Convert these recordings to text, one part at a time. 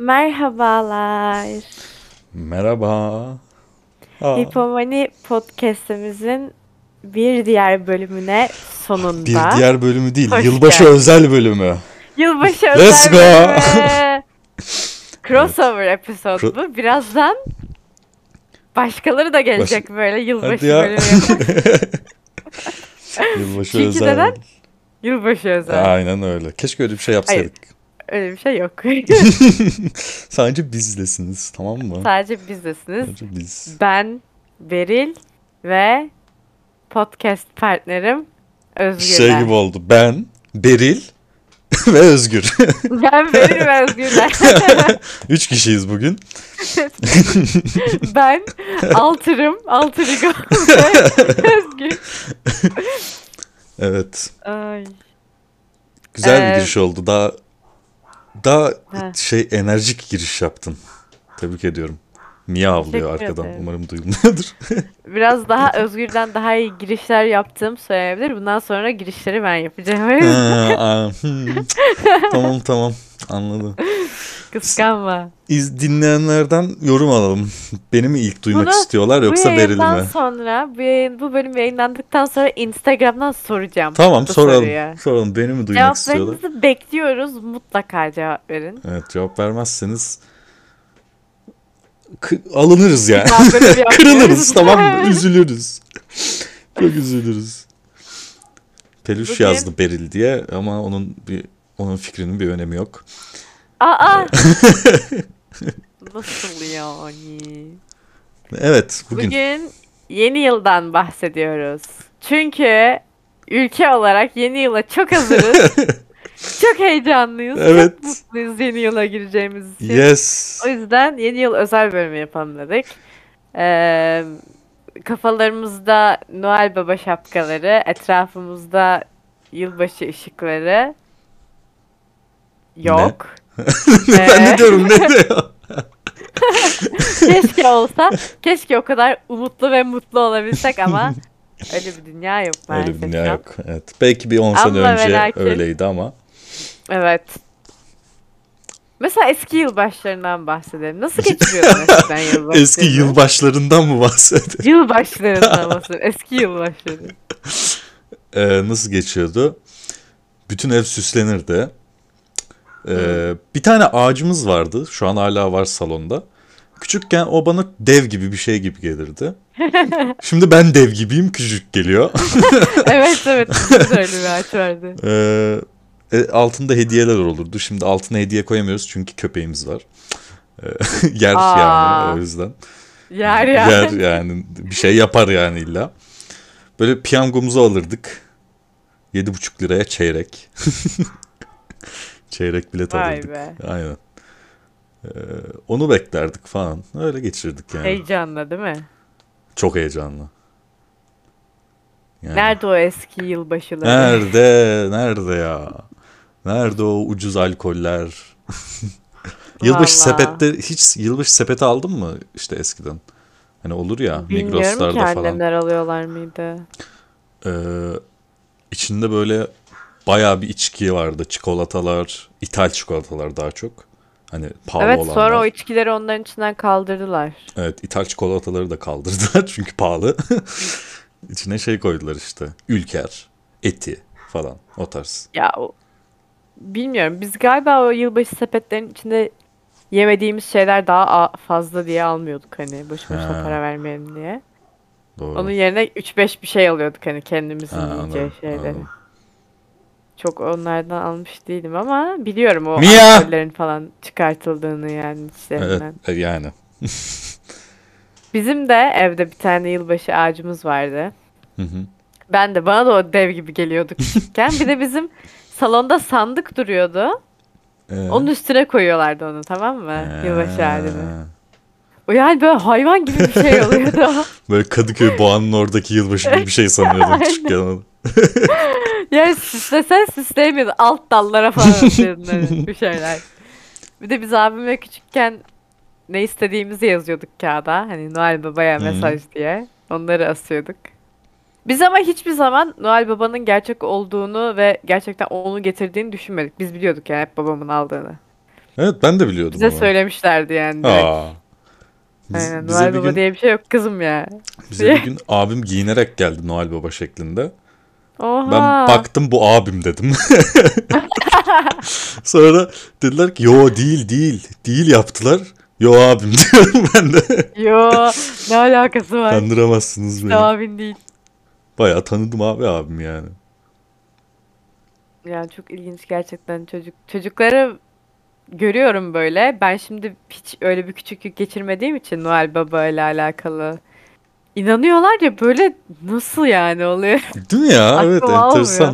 Merhabalar. Merhaba. Aa, Hipomani podcast'imizin bir diğer bölümüne bir sonunda diğer bölümü değil, hoş yılbaşı geldin. özel bölümü. Yılbaşı Let's özel go. bölümü. Evet. Crossover episode Kro- bu. Birazdan başkaları da Baş... gelecek böyle Hadi yılbaşı ya. bölümü yapan. Yılbaşı Çünkü özel. neden? Yılbaşı özel. Aynen öyle. Keşke öyle bir şey Hayır, yapsaydık. öyle bir şey yok. Sadece bizlesiniz, tamam mı? Sadece bizdesiniz. Sadece biz. Ben, Beril ve podcast partnerim Şey Özgürler. gibi oldu. Ben, Beril ve Özgür. Ben Beril ve Özgürler. 3 kişiyiz bugün. Ben Altırım, Altırıgo ve Özgür. Evet. Ay. Güzel bir Ee, giriş oldu. Daha heh, enerjik giriş yaptın. Tebrik ediyorum. Mia avlıyor teşekkür arkadan. ederim. Umarım duyulmuyordur. Biraz daha Özgür'den daha iyi girişler yaptığım söylenebilir. Bundan sonra girişleri ben yapacağım. O Ha, yüzden tamam anladım. S- kıskanma. Dinleyenlerden yorum alalım. Beni mi ilk duymak Bunu istiyorlar bu yoksa Beril'i yayından mi? sonra, bu bölüm yayınlandıktan sonra Instagram'dan soracağım Tamam, bu soralım. soruyu. Soralım, beni mi duymak istiyorlar? Cevaplarınızı bekliyoruz. Mutlaka cevap verin. Evet, cevap vermezseniz alınırız Bir yani. daha bölüm Kırılırız, yapmıyoruz. tamam mı? Üzülürüz. Çok üzülürüz. Peluş Bugün yazdı Beril diye ama onun fikrinin bir önemi yok. aa nasıl yani? Evet, bugün. Bugün yeni yıldan bahsediyoruz. Çünkü ülke olarak yeni yıla çok hazırız. Çok heyecanlıyız. Evet. Çok mutluyuz yeni yıla gireceğimiz için. Yes. O yüzden yeni yıl özel bölümü yapalım dedik. Ee, Kafalarımızda Noel Baba şapkaları, etrafımızda yılbaşı ışıkları Ne? yok. Ben Ee, ne diyorum, ne diyor? Keşke olsa, keşke o kadar umutlu ve mutlu olabilsek ama öyle bir dünya yok Öyle bir maalesef dünya şu an. yok. Evet. Belki bir 10 sene Ama ve önce lakin, öyleydi ama. evet. Mesela eski yılbaşlarından bahsedelim. Nasıl geçiriyordun eskiden Eski yılbaşlarını? yılbaşlarından mı bahsediyor? Yılbaşlarından bahsedelim. Eski yılbaşları. Nasıl geçiyordu? Bütün ev süslenirdi. Hmm. Bir tane ağacımız vardı. Şu an hala var salonda. Küçükken o bana dev gibi bir şey gibi gelirdi. Şimdi ben dev gibiyim, küçük geliyor. Evet evet. Bizim de öyle bir ağaç vardı. Altında hediyeler olurdu. Şimdi altına hediye koyamıyoruz çünkü köpeğimiz var. Ee, yer yani o Aa, yüzden. yer Yer yani. yani bir şey yapar yani illa. Böyle piyangomuzu alırdık. 7,5 liraya çeyrek. Çeyrek bilet Vay alırdık. be. Aynen. Ee, onu beklerdik falan. Öyle geçirdik yani. Heyecanla değil mi? Çok heyecanlı. Yani. Nerede o eski yılbaşıları? Nerede ya? Nerede o ucuz alkoller? Yılbaşı Valla. sepette hiç yılbaşı sepeti aldın mı işte eskiden? Hani olur ya Bilmiyorum ki Migros'larda falan. annemler alıyorlar mıydı? Ee, içinde böyle bayağı bir içki vardı. Çikolatalar, ithal çikolatalar daha çok. Hani pahalı Evet sonra o olanlar. içkileri onların içinden kaldırdılar. Evet, ithal çikolataları da kaldırdılar çünkü pahalı. İçine şey koydular işte. Ülker, eti falan o tarz. Ya bilmiyorum biz galiba o yılbaşı sepetlerinin içinde yemediğimiz şeyler daha fazla diye almıyorduk hani boşu boşuna Ha, para vermeyelim diye. Onun doğru. yerine 3-5 bir şey alıyorduk hani Ha, kendimizin yiyeceği anladım, şeyleri. anladım. Çok onlardan almış değilim ama biliyorum o Mia! alkollerin falan çıkartıldığını yani Evet, içlerinden. yani. Bizim de evde bir tane yılbaşı ağacımız vardı. Hı hı. Bana da o dev gibi geliyordu küçükken. Bir de bizim salonda sandık duruyordu. Onun Ee, üstüne koyuyorlardı onu tamam mı? Yılbaşı ağacını. ee, O yani böyle hayvan gibi bir şey oluyordu. böyle Kadıköy Boğa'nın oradaki yılbaşı gibi bir şey sanıyordum Aynen. küçükken onu. Yani süslesen süsleyemiyordun. Alt dallara falan asıyordun öyle bir şeyler. Bir de biz abimle küçükken ne istediğimizi yazıyorduk kağıda. Hani Noel Baba'ya Hı. mesaj diye. Onları asıyorduk. Biz ama hiçbir zaman Noel Baba'nın gerçek olduğunu ve gerçekten onu getirdiğini düşünmedik. Biz biliyorduk yani hep babamın aldığını. Evet, ben de biliyordum Bize onu. söylemişlerdi yani direkt. Aa. Aynen, Bize Noel bir Baba gün diye bir şey yok kızım ya. bize bir gün abim giyinerek geldi Noel Baba şeklinde. Ben Oha. baktım, bu abim dedim. Sonra dediler ki yo, değil değil. Değil yaptılar. Yo abim diyorum ben de. Yo, ne alakası var? Kandıramazsınız İşte beni. abin değil. Bayağı tanıdım abi abim yani. Yani çok ilginç gerçekten çocukları görüyorum böyle. Ben şimdi hiç öyle bir küçüklük geçirmediğim için Noel Baba ile alakalı. İnanıyorlar ya böyle, nasıl yani oluyor? Değil mi ya? Evet, Aklım almıyor. enteresan.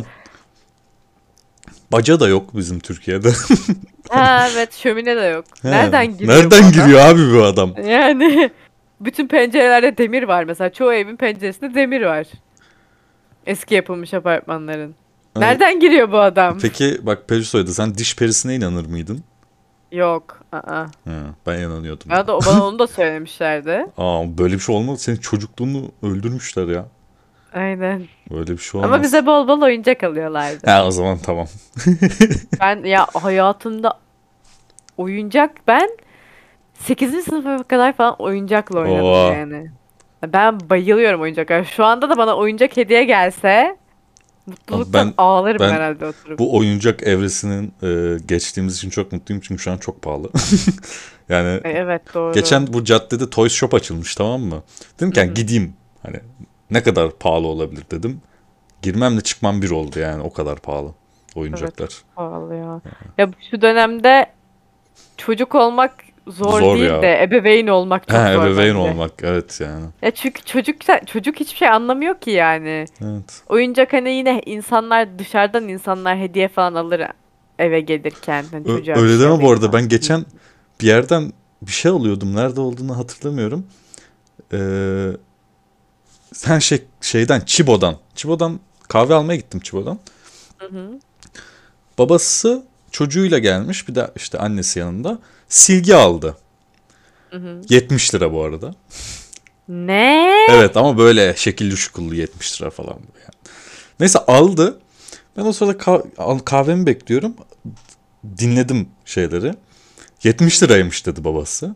Baca da yok bizim Türkiye'de. Ha evet, şömine de yok. He. Nereden giriyor bu Nereden adam? giriyor abi bu adam? Yani bütün pencerelerde demir var mesela. Çoğu evin penceresinde demir var. Eski yapılmış apartmanların. Ay, Nereden giriyor bu adam? peki bak, peri soyadı, sen diş perisine inanır mıydın? Yok. Aa. He, ben inanıyordum ya. Bana onu da söylemişlerdi. Aa, böyle bir şey olmadı. Senin çocukluğunu öldürmüşler ya. Aynen. Böyle bir şey Ama olmaz. bize bol bol oyuncak alıyorlardı. Ha, o zaman tamam. Ben ya hayatımda ben 8. sınıfa kadar falan oyuncakla oynadım Oha. yani. Ben bayılıyorum oyuncaklara. Şu anda da bana oyuncak hediye gelse Abi mutluluktan ağlarım ben herhalde oturup. bu oyuncak evresinin geçtiğimiz için çok mutluyum, çünkü şu an çok pahalı. Yani Evet doğru. geçen bu caddede Toys Shop açılmış, tamam mı? Dedim Hı ki yani hı. gideyim, hani ne kadar pahalı olabilir dedim. Girmemle çıkmam bir oldu, yani o kadar pahalı Evet oyuncaklar. çok pahalı ya. Ya şu dönemde çocuk olmak zor Zor değil ya. de ebeveyn olmak çok Ha, zor ebeveyn bence. olmak, evet yani. Ya çünkü çocuk hiçbir şey anlamıyor ki yani. Evet. Oyuncak hani yine dışarıdan insanlar hediye falan alır eve gelirken hani çocuğa bir Öyle şey deme bu alayım arada, falan. ben geçen bir yerden bir şey alıyordum. Nerede olduğunu hatırlamıyorum. Ee, Sen şeyden, Çibo'dan kahve almaya gittim, Çibo'dan. Hı hı. Babası çocuğuyla gelmiş, bir de işte annesi yanında. Silgi aldı. Hı hı. 70 lira bu arada. Ne? Evet, ama böyle şekilli şukullu 70 lira falan bu yani. Neyse, aldı. Ben o sırada kahvemi bekliyorum. Dinledim şeyleri. 70 liraymış dedi babası.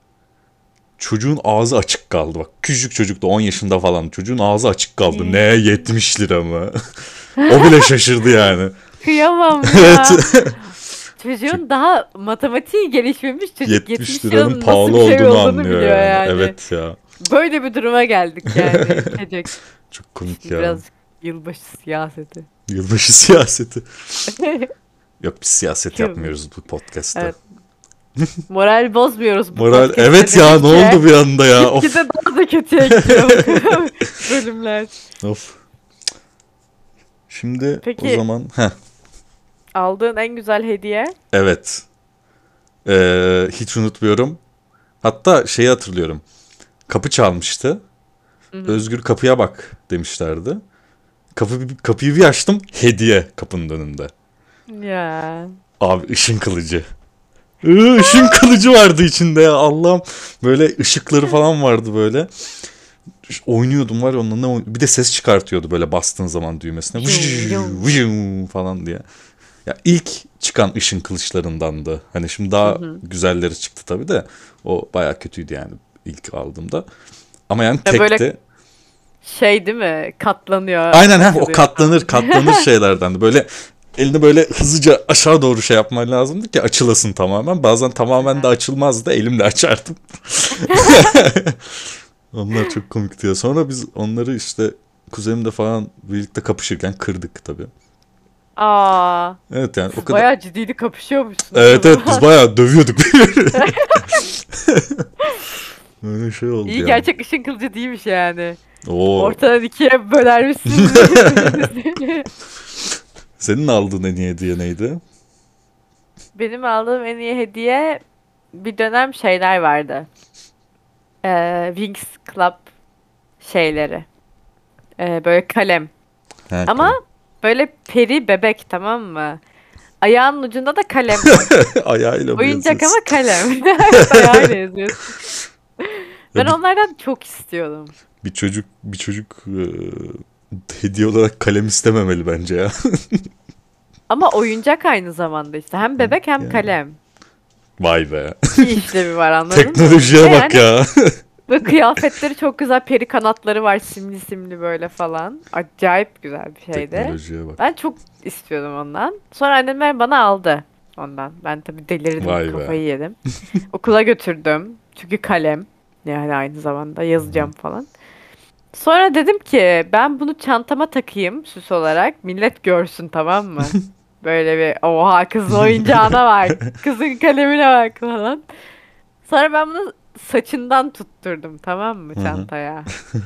Çocuğun ağzı açık kaldı. Bak, küçücük çocuk da 10 yaşında falan. Çocuğun ağzı açık kaldı. Ne, 70 lira mı? O bile şaşırdı yani. Kıyamam Evet. ya. Çocuğun daha matematiği gelişmemiş, çocuk 70 70 liranın liranın nasıl pahalı bir şey olduğunu olduğunu anlıyor biliyor yani. yani. Evet ya. Böyle bir duruma geldik yani ülkecek. Çok komik İşte ya. biraz yılbaşı siyaseti. Yılbaşı siyaseti. Yok, biz siyaset Kim? yapmıyoruz bu podcast'ta. Evet. Moral bozmuyoruz bu Moral, podcast'te evet ya, ne dedikçe. oldu bir anda ya, Gitgide of. daha da kötüye gidiyor bu bölümler. Of. Şimdi o Peki zaman aldığın en güzel hediye? evet. Hiç unutmuyorum. Hatta şeyi hatırlıyorum. Kapı çalmıştı. Hı hı. Özgür, kapıya bak demişlerdi. Kapıyı bir açtım. Hediye kapının önünde. Ya. Abi, ışın kılıcı. Işın kılıcı vardı içinde ya, Allah'ım. Böyle ışıkları falan vardı böyle. Oynuyordum var ya onunla. Bir de ses çıkartıyordu böyle bastığın zaman düğmesine. Yum, yum. Vıjım falan diye. Ya ilk çıkan ışın kılıçlarındandı. Hani şimdi Hı daha hı. güzelleri çıktı tabii de. O bayağı kötüydü yani ilk aldığımda. Ama yani Ya böyle tekti. şey değil mi? Katlanıyor, Aynen, ha, o açılıyor falan. katlanır şeylerden. Böyle elini böyle hızlıca aşağı doğru şey yapman lazımdı ki açılasın tamamen. Bazen tamamen de Aynen. açılmazdı. Elimle açardım. Onlar çok komikti ya. Sonra biz onları işte kuzenimle falan birlikte kapışırken kırdık tabii. Aa, Evet yani o siz kadar. bayağı ciddi kapışıyormuşsunuz o Evet evet, biz zaman. bayağı dövüyorduk. Öyle şey oldu İyi, yani. gerçek ışın kılıcı değilmiş yani. Oo. Ortadan ikiye bölermişsiniz birbirinizi. Senin aldığın en iyi hediye neydi? Benim aldığım en iyi hediye bir dönem şeyler vardı. Wings Club şeyleri. Böyle kalem. Ha, Ama kalem. böyle peri bebek, tamam mı? Ayağının ucunda da kalem var. Ayağıyla mı Oyuncak ama yazıyorsun? kalem. Evet, ayağıyla yazıyorsun. Ben Ya onlardan çok istiyordum. bir çocuk hediye olarak kalem istememeli bence ya. Ama oyuncak aynı zamanda işte. Hem bebek hem Yani kalem. Vay be. Bir işlevi var, anladın mı? Teknolojiye Ve bak yani ya. böyle kıyafetleri çok güzel, peri kanatları var simli simli böyle falan. Acayip güzel bir şeydi. Teknolojiye bak. Ben çok istiyordum ondan. Sonra annemler bana aldı ondan. Ben tabii delirdim, Vay be. kafayı yedim. Okula götürdüm. Çünkü kalem. Yani aynı zamanda yazacağım falan. Sonra dedim ki ben bunu çantama takayım süs olarak. Millet görsün, tamam mı? Böyle bir oha kızın oyuncağına bak. Kızın kalemine bak falan. Sonra ben bunu saçından tutturdum, tamam mı, Hı hı. çantaya.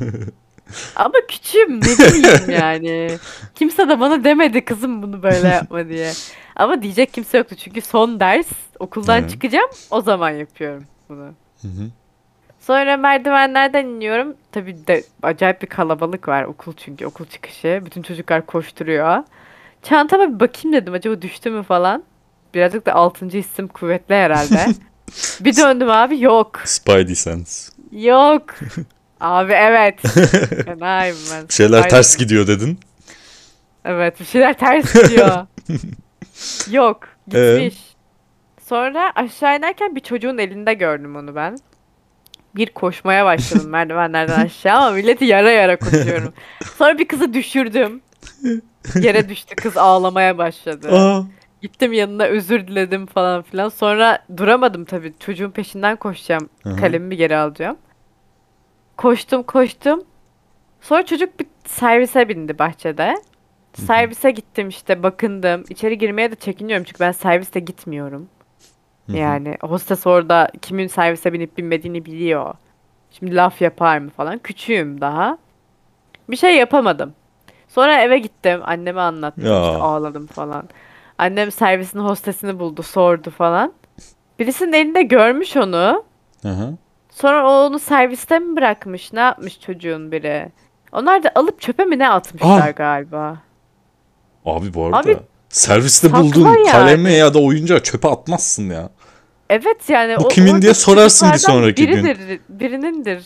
Ama küçüğüm, ne bileyim yani. Kimse de bana demedi kızım bunu böyle yapma diye. Ama diyecek kimse yoktu çünkü son ders okuldan Evet. çıkacağım, o zaman yapıyorum bunu. Hı hı. Sonra merdivenlerden iniyorum. Tabii de acayip bir kalabalık var okul, çünkü okul çıkışı. Bütün çocuklar koşturuyor. Çantama bir bakayım dedim, acaba düştü mü falan. Birazcık da altıncı hissim kuvvetli herhalde. Bir döndüm abi, yok. Spidey sense. Yok. Abi evet. Fenayım ben. Bir şeyler ters Spiderman. gidiyor dedin. Evet, bir şeyler ters gidiyor. Yok. Ee? Gitmiş. Sonra aşağı inerken bir çocuğun elinde gördüm onu ben. Bir koşmaya başladım merdivenlerden aşağı ama milleti yara yara koşuyorum. Sonra bir kızı düşürdüm. Yere düştü, kız ağlamaya başladı. Aa. Gittim yanına, özür diledim falan filan. Sonra duramadım tabii. Çocuğun peşinden koşacağım. Hı hı. Kalemimi geri alacağım. Koştum koştum. Sonra çocuk bir servise bindi bahçede. Hı hı. Servise gittim işte, bakındım. İçeri girmeye de çekiniyorum çünkü ben serviste gitmiyorum. Hı hı. Yani hostes orada kimin servise binip binmediğini biliyor. Şimdi laf yapar mı falan. Küçüğüm daha. Bir şey yapamadım. Sonra eve gittim. Anneme anlattım. İşte Ya. ağladım falan. Annem servisin hostesini buldu, sordu falan. Birisinin elinde görmüş onu. Hı hı. Sonra o onu serviste mi bırakmış? Ne yapmış çocuğun biri? Onlar da alıp çöpe mi ne atmışlar Ah. galiba. Abi bu Abi arada serviste sakla bulduğun kalemi yani. ya da oyuncağı çöpe atmazsın ya. Evet yani Bu o kimin diye oradaki sorarsın bir çocuklardan sonraki gün. biridir, birinindir.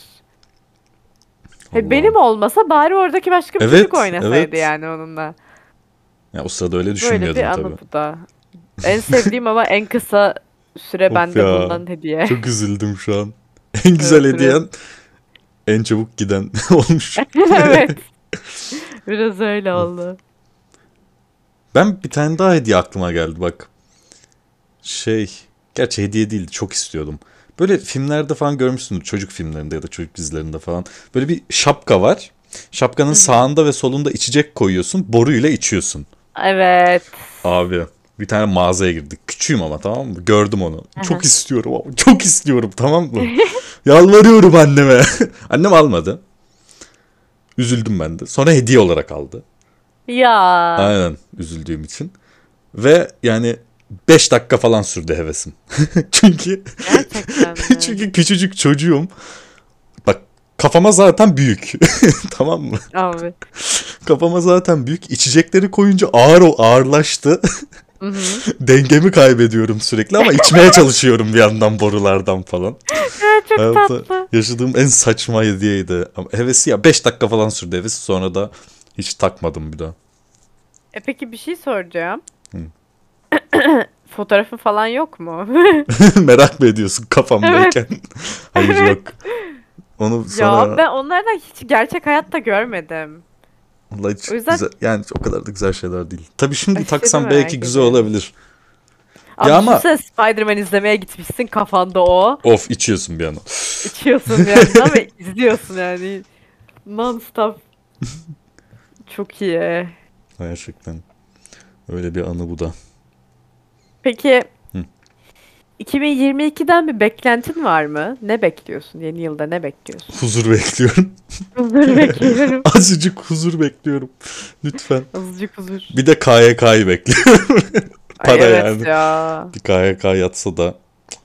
He, benim Allah'ım. olmasa bari oradaki başka bir çocuk Evet, oynasaydı evet. yani onunla. Ya o sırada öyle Böyle bir düşünmüyordun tabii. anı bu da. En sevdiğim ama en kısa süre Of bende ya. bulunan hediye. Çok üzüldüm şu an. En güzel Evet biraz. hediyen en çabuk giden olmuş. Evet. Biraz öyle oldu. Ben bir tane daha hediye aklıma geldi bak. Şey, gerçi hediye değildi, çok istiyordum. Böyle filmlerde falan görmüşsündür, çocuk filmlerinde ya da çocuk dizilerinde falan. Böyle bir şapka var. Şapkanın Hı hı. sağında ve solunda içecek koyuyorsun, boruyla içiyorsun. Evet. Abi bir tane mağazaya girdik. Küçüğüm ama, tamam mı? Gördüm onu. Çok Aha. istiyorum ama çok istiyorum, tamam mı? Yalvarıyorum anneme. Annem almadı. Üzüldüm ben de. Sonra hediye olarak aldı. Ya. Aynen, üzüldüğüm için. Ve yani 5 dakika falan sürdü hevesim. Çünkü Gerçekten mi? çünkü küçücük çocuğum. Bak, kafama zaten büyük. Tamam mı? Abi. Kafama zaten büyük. İçecekleri koyunca ağırlaştı. Hı hı. Dengemi kaybediyorum sürekli ama içmeye çalışıyorum bir yandan borulardan falan. Ya, çok Hayatta tatlı. yaşadığım en saçma hediyeydi. Ama hevesi ya 5 dakika falan sürdü hevesi, sonra da hiç takmadım bir daha. Peki bir şey soracağım. Hı. Fotoğrafı falan yok mu? Merak mı ediyorsun Evet. kafamdayken? Hayır, Evet. yok. Onu Ya sonra ben onlardan hiç gerçek hayatta görmedim. vallahi O hiç yüzden güzel, yani o kadar da güzel şeyler değil. Tabii şimdi aşırı taksam belki merak güzel ediyorum. olabilir. Ya Abi ama düşünsene, Spider-Man izlemeye gitmişsin, kafanda o. of, içiyorsun bir yana. İçiyorsun bir yandan ve izliyorsun yani. Non-stop. Çok iyi. Gerçekten öyle bir anı bu da. Peki Hı. 2022'den bir beklentin var mı? Ne bekliyorsun? Yeni yılda ne bekliyorsun? Huzur bekliyorum. Huzur bekliyorum. Azıcık huzur bekliyorum. Lütfen. Azıcık huzur. Bir de KYK'yı bekliyorum. Ay Para evet yani. ya. Bir KYK yatsa da.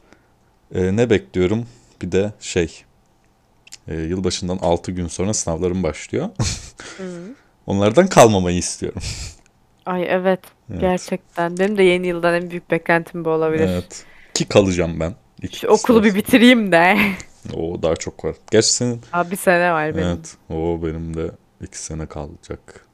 Ne bekliyorum? Bir de yılbaşından 6 gün sonra sınavlarım başlıyor. Hı. Onlardan kalmamayı istiyorum. Ay evet. Evet. Gerçekten. Benim de yeni yıldan en büyük beklentim bu olabilir. Evet. Ki kalacağım ben. Şu okulu bir İstersen. bitireyim de. O daha çok var. Gerçi senin, Abi bir sene var benim. evet. O benim de 2 sene kalacak.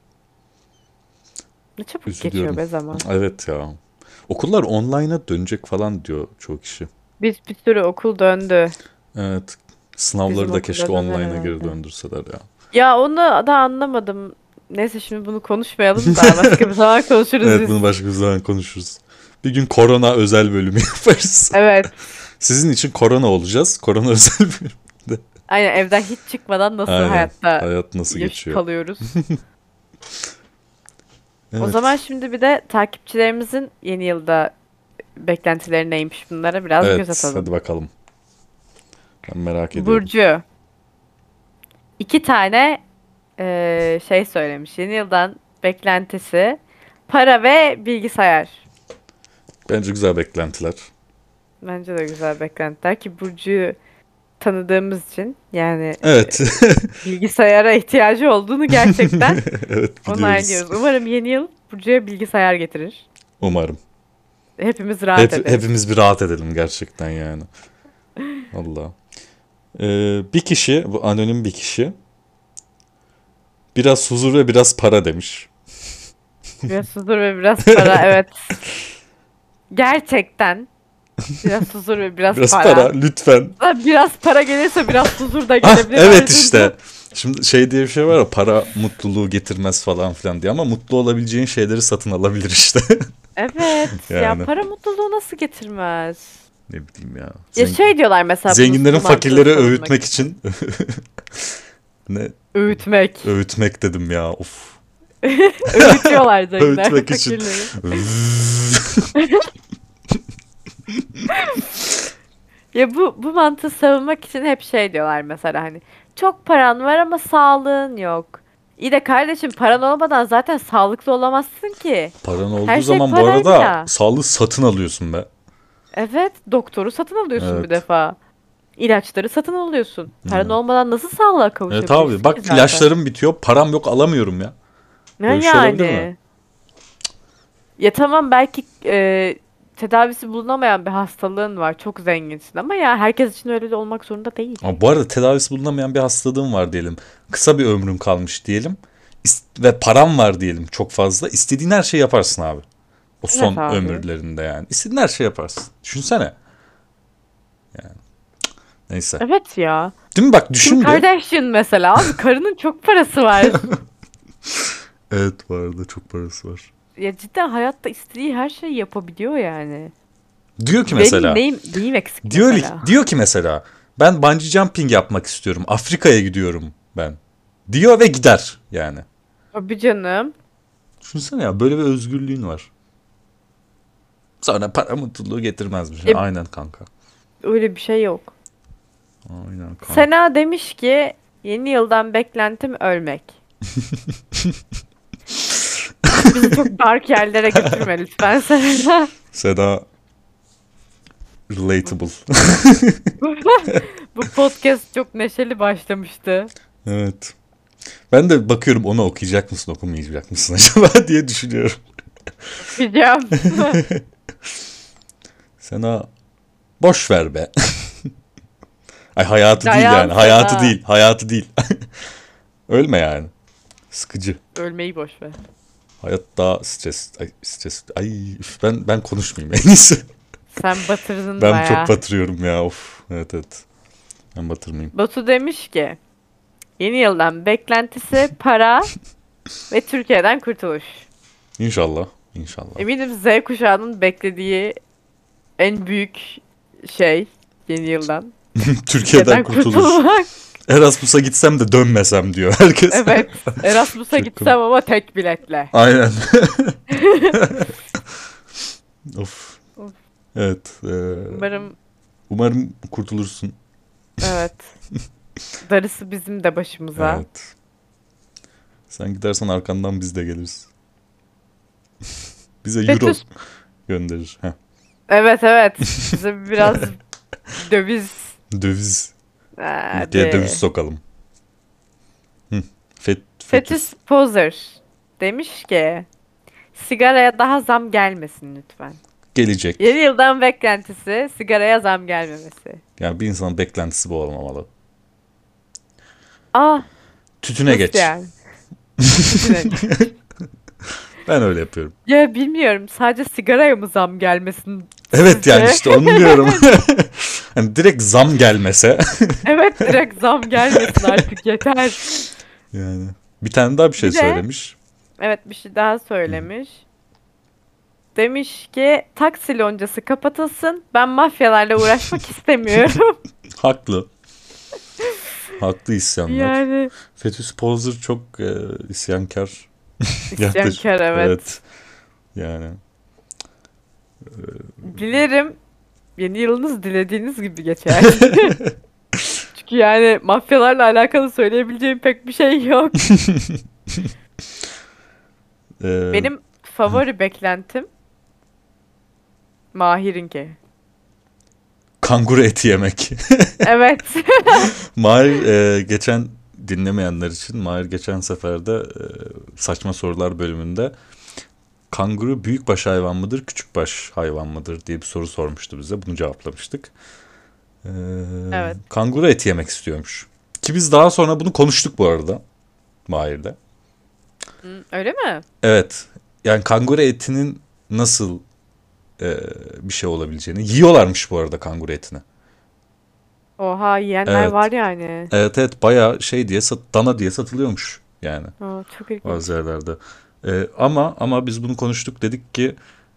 Ne çabuk geçiyor Üzülüyorum. be zaman. Evet ya. Okullar online'a dönecek falan diyor çoğu kişi. Bir sürü okul döndü. Evet. Sınavları Bizim da keşke okulda döner online'a geri herhalde. döndürseler ya. Ya onu da anlamadım. Neyse şimdi bunu konuşmayalım da başka bir zaman konuşuruz Evet, biz. bunu başka bir zaman konuşuruz. Bir gün korona özel bölümü yaparız. Evet. Sizin için korona olacağız. Korona özel bölümünde. Aynen evden hiç çıkmadan nasıl Aynen. hayatta Hayat nasıl geçiyor? kalıyoruz. O zaman Evet. şimdi bir de takipçilerimizin yeni yılda beklentileri neymiş bunlara biraz göz Evet. atalım. Hadi bakalım. Ben merak ediyorum. Burcu 2 tane şey söylemiş. Yeni yıldan beklentisi para ve bilgisayar. Bence güzel beklentiler. Bence de güzel beklentiler ki Burcu'yu tanıdığımız için yani Evet. bilgisayara ihtiyacı olduğunu gerçekten Evet, biliyoruz. onaylıyoruz. Umarım yeni yıl Burcu'ya bilgisayar getirir. Umarım. Hepimiz rahat ederiz. Hepimiz bir rahat edelim gerçekten yani. Allah. Bir kişi, bu anonim bir kişi, biraz huzur ve biraz para demiş. Biraz huzur ve biraz para. Evet. Gerçekten biraz huzur ve biraz Biraz para. para lütfen. Biraz para gelirse biraz huzur da Hah, gelebilir. evet Ayrıca işte. Şimdi şey diye bir şey var ya, para mutluluğu getirmez falan filan diye, ama mutlu olabileceğin şeyleri satın alabilir işte. evet. Ya Yani para mutluluğu nasıl getirmez? ne bileyim ya. Ya şey diyorlar mesela Zenginlerin bu mantığı fakirleri savunmak öğütmek için ne öğütmek. öğütmek dedim ya, of. Öğütüyorlar zenginler Öğütmek için. fakirleri. Ya bu mantığı savunmak için hep şey diyorlar mesela hani çok paran var ama sağlığın yok. İyi de kardeşim paran olmadan zaten sağlıklı olamazsın ki. Paran Her olduğu şey zaman bu arada parayla. sağlığı satın alıyorsun be. Evet, doktoru satın alıyorsun bir Evet. defa. İlaçları satın alıyorsun. Paran Evet. olmadan nasıl sağlığa Evet abi, kavuşabilirsin ki bak zaten? ilaçlarım bitiyor, param yok, alamıyorum ya. Ne Böyle bir şey olabilir mi? yani? Ya tamam belki tedavisi bulunamayan bir hastalığın var. Çok zenginsin ama ya herkes için öyle de olmak zorunda değil. Ama bu arada tedavisi bulunamayan bir hastalığım var diyelim. Kısa bir ömrüm kalmış diyelim. Ve param var diyelim çok fazla. İstediğin her şeyi yaparsın abi. O son Evet abi. ömürlerinde yani. İstediğin her şeyi yaparsın. Düşünsene. Neyse. Evet ya. Değil mi? Bak Kim düşün bir. Kardashian mesela abi karının çok parası var. Evet, bu arada çok parası var. Ya cidden hayatta istediği her şeyi yapabiliyor yani. Diyor ki Benim mesela. neyim eksik mesela? Diyor ki mesela. Ben bungee jumping yapmak istiyorum. Afrika'ya gidiyorum ben. Diyor ve gider yani. Abi canım. Düşünsene ya, böyle bir özgürlüğün var. Sonra para mutluluğu getirmezmiş. E, Aynen kanka. öyle bir şey yok. Aynen kanka. Sena demiş ki yeni yıldan beklentim ölmek. Bizi çok dark yerlere götürme lütfen Sena. Seda relatable. Bu podcast çok neşeli başlamıştı. Evet. Ben de bakıyorum, onu okuyacak mısın okumayacak mısın acaba diye düşünüyorum. Okuyacağım. Sena boş ver be. Ay, hayatı değil Dayan yani. Hayatı Sena. değil. Hayatı değil. Ölme yani. Sıkıcı. Ölmeyi boş ver. Hayat daha stres. Ay, stres. Ay üf, ben konuşmayayım en iyisi. Sen batırdın Ben bayağı. çok batırıyorum ya. Of. Evet evet. Ben batırmayayım. Batu demiş ki yeni yıldan beklentisi para ve Türkiye'den kurtuluş. İnşallah. İnşallah. Eminim Z kuşağının beklediği en büyük şey yeni yıldan. Türkiye'den kurtuluş. Erasmus'a gitsem de dönmesem diyor herkes. Evet. Erasmus'a Çok gitsem ama tek biletle. Aynen. Of. Of. Evet. Umarım Umarım kurtulursun. evet. Darısı bizim de başımıza. Evet. Sen gidersen arkandan biz de geliriz. Bize euro Betüs. gönderir. Heh. Evet evet. Bize biraz döviz. Döviz. Hadi. Ülkeye döviz sokalım. Hı. Fetüs. Fetüs Pozer demiş ki sigaraya daha zam gelmesin lütfen. Gelecek. Yeni yıldan beklentisi sigaraya zam gelmemesi. Yani bir insanın beklentisi bu olmamalı. Ah Tütüne nasıl geç. yani? Tütüne. Ben öyle yapıyorum. Ya bilmiyorum sadece sigaraya mı zam gelmesin Evet yani sizce? işte onu diyorum. Hani direkt zam gelmese. Evet, direkt zam gelmesin artık, yeter. Yani bir tane daha bir şey Bir de söylemiş. evet, bir şey daha söylemiş. Demiş ki taksi loncası kapatılsın. Ben mafyalarla uğraşmak istemiyorum. Haklı. Haklı isyanlar. Yani Fethullahçı Pozdur çok isyankar yaklaşık. isyankar, evet. Evet. Yani Dilerim yeni yılınız dilediğiniz gibi geçer. Çünkü yani mafyalarla alakalı söyleyebileceğim pek bir şey yok. e, Benim favori beklentim Mahir'inki. kanguru eti yemek. Evet. Mahir geçen dinlemeyenler için Mahir geçen seferde saçma sorular bölümünde kanguru büyükbaş hayvan mıdır, küçükbaş hayvan mıdır diye bir soru sormuştu bize. Bunu cevaplamıştık. E, Evet. kanguru eti yemek istiyormuş. Ki biz daha sonra bunu konuştuk bu arada Mahir'de. Öyle mi? Evet. Yani kanguru etinin nasıl bir şey olabileceğini. Yiyorlarmış bu arada kanguru etini. Oha, yiyenler Evet. var yani. Evet evet bayağı şey diye dana diye satılıyormuş yani Aa, çok ilginç. bazı yerlerde. Ama biz bunu konuştuk dedik ki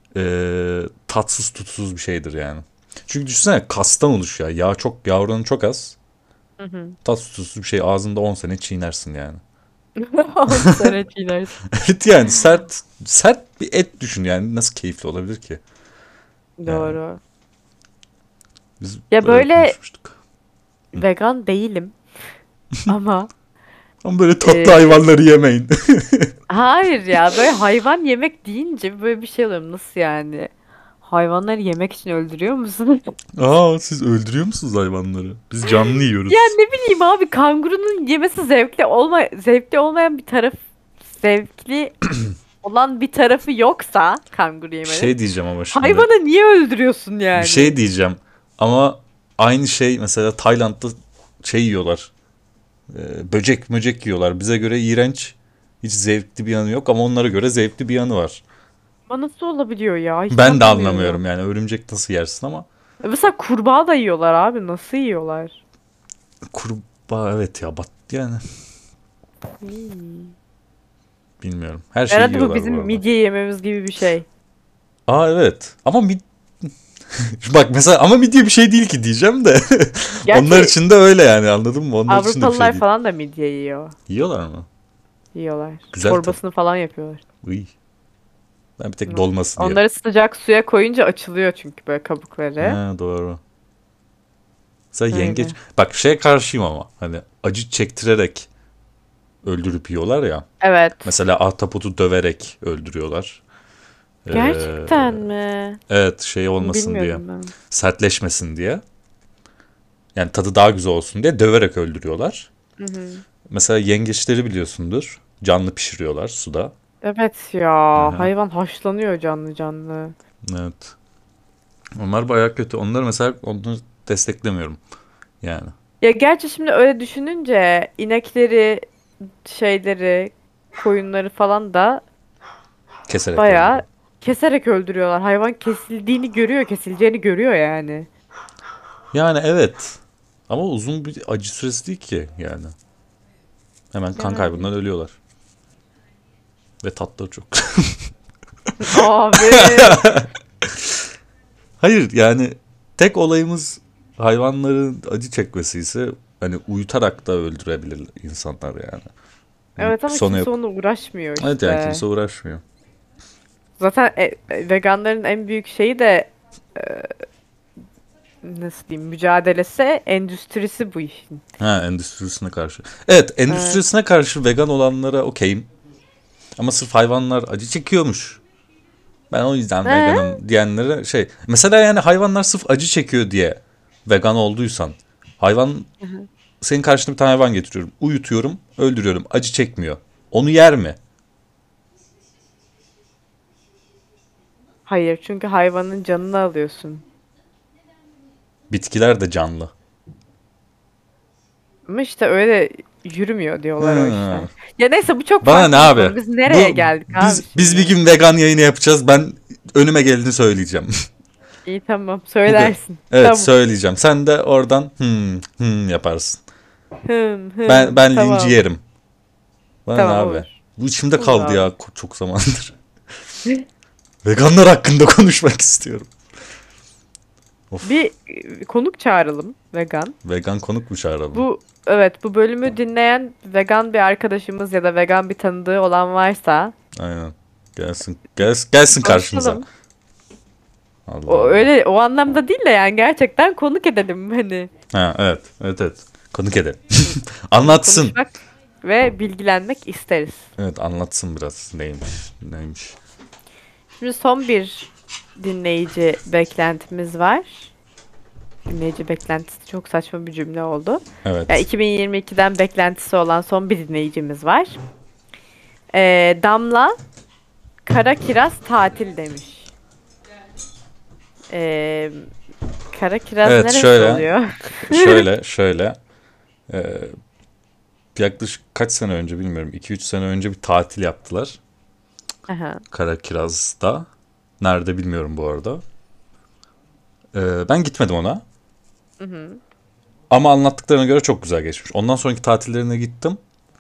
tatsız tutsuz bir şeydir yani. Çünkü düşünsene kastan oluşuyor. Yağ oranı çok az. Hı hı. Tatsız tutsuz bir şey ağzında 10 sene çiğnersin yani. 10 sene çiğner. Evet yani sert bir et düşün yani nasıl keyifli olabilir ki? Yani Doğru. biz Ya böyle böyle konuşmuştuk. vegan değilim ama Ama böyle tatlı e, hayvanları yemeyin. hayır ya, böyle hayvan yemek deyince böyle bir şey oluyorum. Nasıl yani? Hayvanları yemek için öldürüyor musun? Aa siz öldürüyor musunuz hayvanları? Biz canlı Ya yiyoruz. ne bileyim abi, kangurunun yemesi zevkli olmayan bir taraf, zevkli olan bir tarafı yoksa kanguru Bir yemenin, şey diyeceğim ama şimdi. hayvanı niye öldürüyorsun Bir yani? şey diyeceğim. Ama aynı şey mesela Tayland'da şey yiyorlar. Böcek yiyorlar. Bize göre iğrenç. Hiç zevkli bir yanı yok ama onlara göre zevkli bir yanı var. Ama nasıl olabiliyor ya? Hiç Ben de anlamıyorum. anlamıyorum yani örümcek nasıl yersin ama Mesela kurbağa da yiyorlar abi. Nasıl yiyorlar? kurbağa evet ya yani Hmm. bilmiyorum. Her şeyi Herhalde bu yiyorlar bizim bu arada. midye yememiz gibi bir şey. Aa evet ama bak mesela ama midye bir şey değil ki diyeceğim de. Onlar Gerçi için de öyle yani anladın mı? Onlar için de bir şey Avrupalılar değil. falan da midye yiyor. Yiyorlar mı? Yiyorlar. Güzel tabii. Çorbasını falan yapıyorlar. Iy. Ben bir tek Evet. dolmasını yerim. Onları sıcak suya koyunca açılıyor çünkü böyle kabukları. Ha, doğru. Mesela yengeç. Öyle. Bak şeye karşıyım ama. Hani acı çektirerek öldürüp yiyorlar ya. Evet. Mesela ahtapotu döverek öldürüyorlar. Ee, Gerçekten mi? evet şey Bunu olmasın diye. bilmiyordum ben. Sertleşmesin diye. Yani tadı daha güzel olsun diye döverek öldürüyorlar. Hı hı. Mesela yengeçleri biliyorsundur. Canlı pişiriyorlar suda. Evet ya, Aha, hayvan haşlanıyor canlı canlı. evet. Onlar bayağı kötü. Onları desteklemiyorum. Yani. Ya gerçi şimdi öyle düşününce inekleri, şeyleri, koyunları falan da Keserek bayağı öldürüyor. keserek öldürüyorlar. Hayvan kesildiğini görüyor, kesileceğini görüyor yani. Yani evet. Ama uzun bir acı süresi değil ki yani. Hemen kan Yani. kaybından ölüyorlar. Ve tatları çok. Abi. Hayır yani tek olayımız hayvanların acı çekmesi ise hani uyutarak da öldürebilir insanlar yani. Bunun Evet ama sonu kimse yok. onunla uğraşmıyor Evet yani işte. kimse uğraşmıyor. Zaten veganların en büyük şeyi de nasıl diyeyim, mücadelesi, endüstrisi bu işin. Ha endüstrisine karşı. Evet Evet. endüstrisine karşı vegan olanlara okeyim. Ama sırf hayvanlar acı çekiyormuş. Ben o yüzden Ne? veganım diyenlere şey. Mesela yani hayvanlar sırf acı çekiyor diye vegan olduysan. Hayvan Hı hı. senin karşına bir tane hayvan getiriyorum. Uyutuyorum, öldürüyorum. Acı çekmiyor. Onu yer mi? Hayır, çünkü hayvanın canını alıyorsun. Bitkiler de canlı. Ama işte öyle yürümüyor diyorlar o Ha. işler. Ya neyse, bu çok Bana ne farklı bir abi? konu. Biz nereye Bu geldik abi biz bir şimdi? gün vegan yayını yapacağız. Ben önüme geleni söyleyeceğim. İyi tamam Bu kadar. söylersin. Evet Tamam. söyleyeceğim. Sen de oradan yaparsın. Ben linci Tamam. yerim. Bana ne Tamam abi? olur. Bu içimde Olur kaldı ya abi. çok zamandır. Veganlar hakkında konuşmak istiyorum. Of. Bir konuk çağıralım vegan. Vegan konuk mu çağıralım? Bu bölümü dinleyen vegan bir arkadaşımız ya da vegan bir tanıdığı olan varsa Aynen. Gelsin karşımıza. konuşalım. Allah O Allah. öyle o anlamda değil de yani gerçekten konuk edelim hani. Ha, evet. Evet evet. Konuk edelim. Anlatsın. Konuşmak ve bilgilenmek isteriz. Evet anlatsın biraz. Neymiş. Şimdi son bir dinleyici beklentimiz var. Dinleyici beklentisi çok saçma bir cümle oldu. Yani Evet. 2022'den beklentisi olan son bir dinleyicimiz var. Damla Kara Kiraz tatil demiş. Ee, Kara Kiraz Evet neresi şöyle. oluyor? Şöyle. Ee, yaklaşık kaç sene önce bilmiyorum. 2-3 sene önce bir tatil yaptılar. Aha. Karakiraz'da. Nerede bilmiyorum bu arada. Ben gitmedim ona. Hı hı. Ama anlattıklarına göre çok güzel geçmiş. Ondan sonraki tatillerine gittim.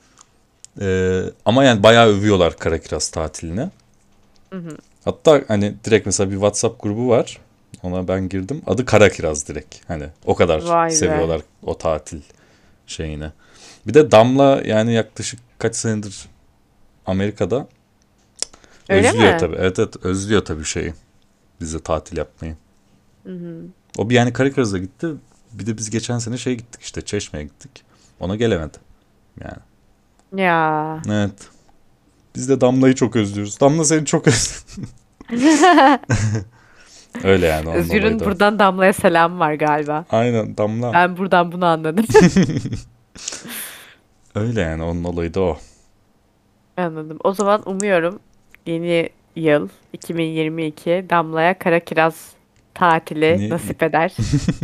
Ama yani bayağı övüyorlar Karakiraz tatilini. Hı hı. Hatta hani direkt mesela bir WhatsApp grubu var. Ona ben girdim. Adı Karakiraz direkt. Hani o kadar Vay be. seviyorlar o tatil şeyini. Bir de Damla yani yaklaşık kaç senedir Amerika'da. Öyle Özlüyor mi? tabii. Evet evet özlüyor tabii şeyi. Bize tatil yapmayı. Hı hı. O bir yani Karakiraz'a gitti. Bir de biz geçen sene şey gittik işte Çeşme'ye gittik. Ona gelemedi. Yani. Ya. Evet. Biz de Damla'yı çok özlüyoruz. Damla seni çok özlüyor. Öyle yani onun olayı Özgür'ün da. buradan Damla'ya selam var galiba. Aynen Damla. Ben buradan bunu anladım. Öyle yani onun olayı da o. Anladım. O zaman umuyorum yeni yıl 2022 Damla'ya Kara Kiraz tatili Ni nasip eder.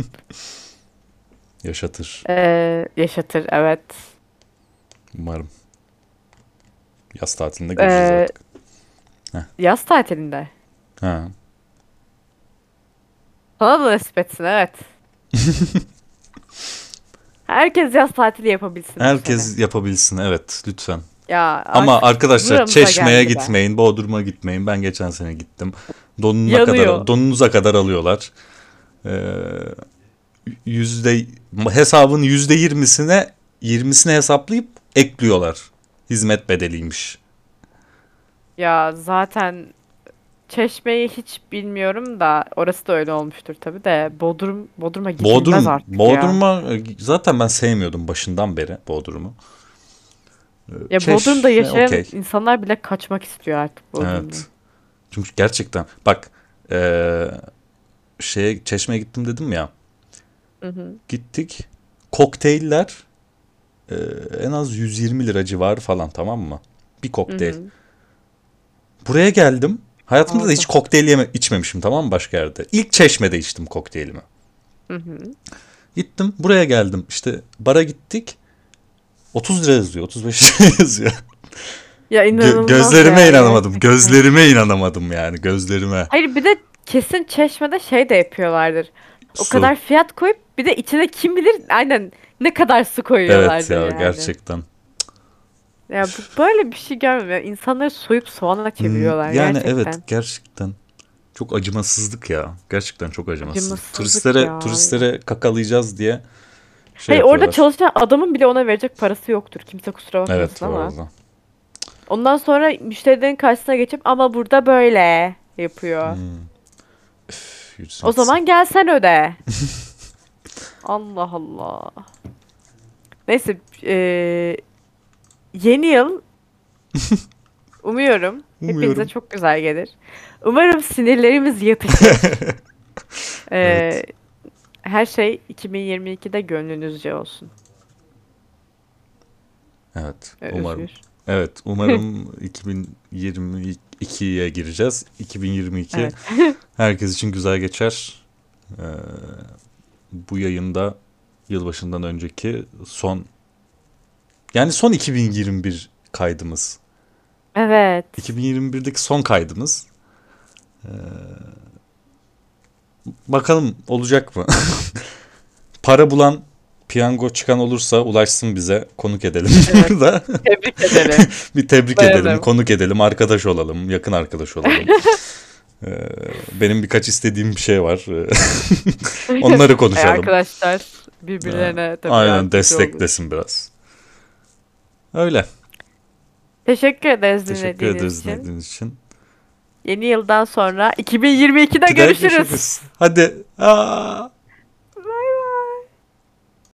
yaşatır Yaşatır evet. umarım. Yaz tatilinde göreceğiz Ee, artık. Heh. Yaz tatilinde. Ha. Sana da nasip etsin evet. Herkes yaz tatili yapabilsin bu sene. Herkes yapabilsin evet lütfen. Ya Ama artık arkadaşlar buramıza Çeşme'ye geldi be. gitmeyin, Bodrum'a gitmeyin. Ben geçen sene gittim. Yanıyor. Donunuza kadar alıyorlar. Ee, yüzde hesabın %20'sine hesaplayıp ekliyorlar. Hizmet bedeliymiş. Ya zaten Çeşme'yi hiç bilmiyorum da orası da öyle olmuştur tabii de Bodrum'a gidilmez artık ya. Bodrum'a zaten ben sevmiyordum başından beri Bodrum'u. Ya Bodrum'da Çeşme yaşayan okey. insanlar bile kaçmak istiyor artık Bodrum'dan. Evet. Çünkü gerçekten bak Çeşme'ye gittim dedim ya. Hı hı. Gittik. Kokteyller e, en az 120 lira civarı falan tamam mı? Bir Hı kokteyl. hı. Buraya geldim. Hayatımda da hiç Pahalı. kokteyl içmemişim tamam mı başka yerde. İlk Çeşme'de içtim kokteylimi. Hı hı. Gittim buraya geldim. İşte bara gittik. 30 lira yazıyor. 35 lira yazıyor. Ya inanılmaz Gözlerime ya inanamadım. gerçekten. Gözlerime inanamadım yani. Gözlerime. Hayır bir de kesin Çeşme'de şey de yapıyorlardır. O Su. kadar fiyat koyup bir de içine kim bilir aynen ne kadar su Evet koyuyorlardır ya yani. gerçekten. Ya böyle bir şey görmüyorum. Ya. İnsanları soyup soğana çeviriyorlar Yani evet gerçekten. gerçekten. Çok acımasızlık ya. Gerçekten çok acımasızlık. Acımasızlık ya. Turistlere kakalayacağız diye şey Hayır orada yapıyorlar. çalışan adamın bile ona verecek parası yoktur. Kimse kusura Evet bakmasın bu ama. arada. Ondan sonra müşterilerin karşısına geçip ama burada böyle yapıyor. Yürüsün O gitsin. zaman gel sen öde. Allah Allah. Neyse yeni yıl umuyorum hepinize Umuyorum. çok güzel gelir. Umarım sinirlerimiz yatışır. Evet. Eee, Her şey 2022'de gönlünüzce olsun. Evet. Umarım. Özgür. Evet. Umarım 2022'ye gireceğiz. 2022 Evet. herkes için güzel geçer. Ee, bu yayında yılbaşından önceki son 2021 kaydımız. Evet. 2021'deki son kaydımız. Bakalım olacak mı? Para bulan, piyango çıkan olursa ulaşsın bize. Konuk edelim Evet. burada. Tebrik ederim. Bir tebrik edelim, Dayanırım. konuk edelim, arkadaş olalım, yakın arkadaş olalım. Benim birkaç istediğim bir şey var. Onları konuşalım. Arkadaşlar birbirlerine tabii Aynen, yardımcı olur. desteklesin biraz. Öyle. Teşekkür ederiz Teşekkür dinlediğiniz ederiz için. dinlediğiniz için. Yeni yıldan sonra 2022'de Bir de görüşürüz. Hadi. Aa.